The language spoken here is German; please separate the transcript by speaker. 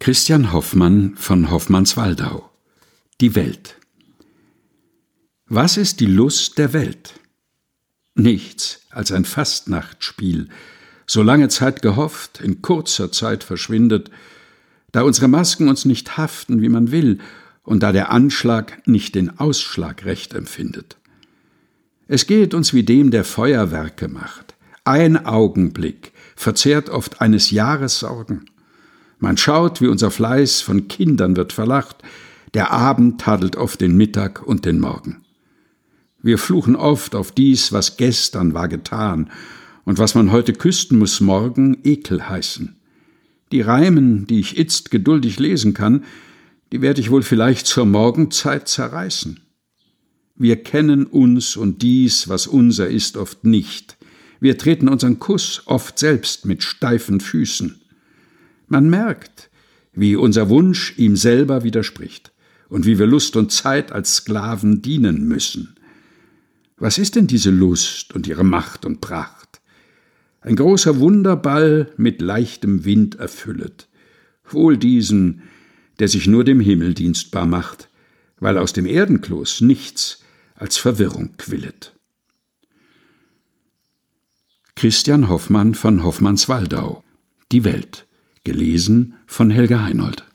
Speaker 1: Christian Hoffmann von Hoffmannswaldau. Die Welt. Was ist die Lust der Welt? Nichts als ein Fastnachtspiel, so lange Zeit gehofft, in kurzer Zeit verschwindet, da unsere Masken uns nicht haften, wie man will, und da der Anschlag nicht den Ausschlag recht empfindet. Es geht uns wie dem, der Feuerwerke macht. Ein Augenblick verzehrt oft eines Jahres Sorgen. Man schaut, wie unser Fleiß von Kindern wird verlacht, der Abend tadelt oft den Mittag und den Morgen. Wir fluchen oft auf dies, was gestern war getan, und was man heute küsten, muss morgen Ekel heißen. Die Reimen, die ich itzt geduldig lesen kann, die werd ich wohl vielleicht zur Morgenzeit zerreißen. Wir kennen uns und dies, was unser ist, oft nicht. Wir treten unseren Kuss oft selbst mit steifen Füßen. Man merkt, wie unser Wunsch ihm selber widerspricht und wie wir Lust und Zeit als Sklaven dienen müssen. Was ist denn diese Lust und ihre Macht und Pracht? Ein großer Wunderball mit leichtem Wind erfüllet. Wohl diesen, der sich nur dem Himmel dienstbar macht, weil aus dem Erdenkloß nichts als Verwirrung quillet. Christian Hoffmann von Hoffmannswaldau. Die Welt. Gelesen von Helga Heinold.